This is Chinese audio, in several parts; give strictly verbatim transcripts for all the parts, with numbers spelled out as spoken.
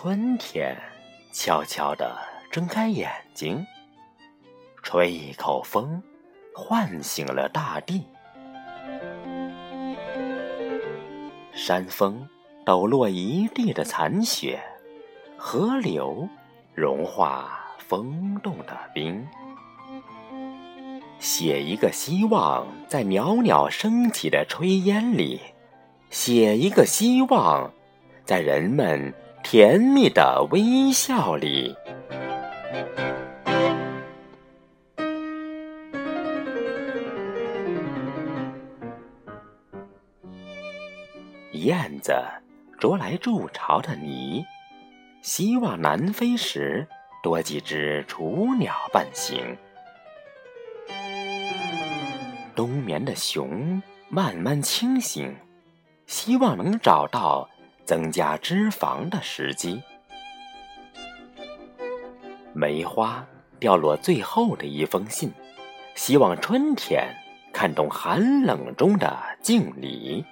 春天悄悄地睁开眼睛，吹一口风，唤醒了大地。山峰抖落一地的残雪，河流融化风冻的冰。写一个希望在袅袅升起的炊烟里，写一个希望在人们甜蜜的微笑里。燕子啄来筑巢的泥，希望南飞时多几只雏鸟伴行。冬眠的熊慢慢清醒，希望能找到增加脂肪的时机。梅花掉落最后的一封信，希望春天看懂寒冷中的敬礼。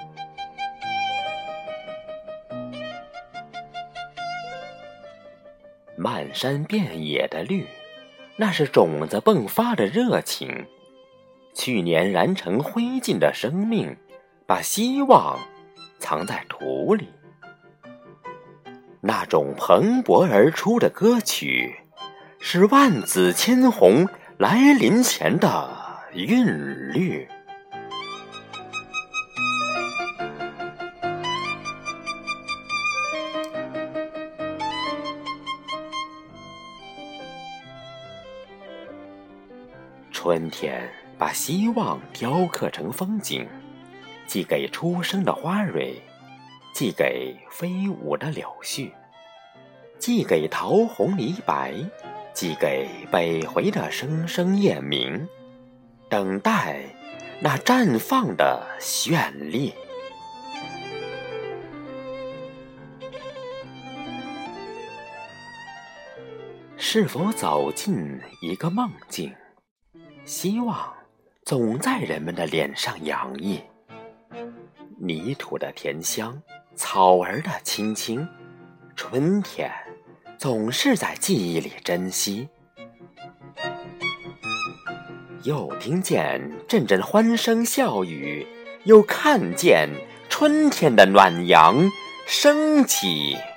漫山遍野的绿，那是种子迸发的热情。去年燃成灰烬的生命，把希望藏在土里。那种蓬勃而出的歌曲，是万紫千红来临前的韵律。春天把希望雕刻成风景，寄给初生的花蕊，寄给飞舞的柳絮，寄给桃红梨白，寄给北回的声声雁鸣，等待那绽放的绚丽。是否走进一个梦境？希望总在人们的脸上洋溢，泥土的甜香，草儿的青青，春天总是在记忆里珍惜。又听见阵阵欢声笑语，又看见春天的暖阳升起。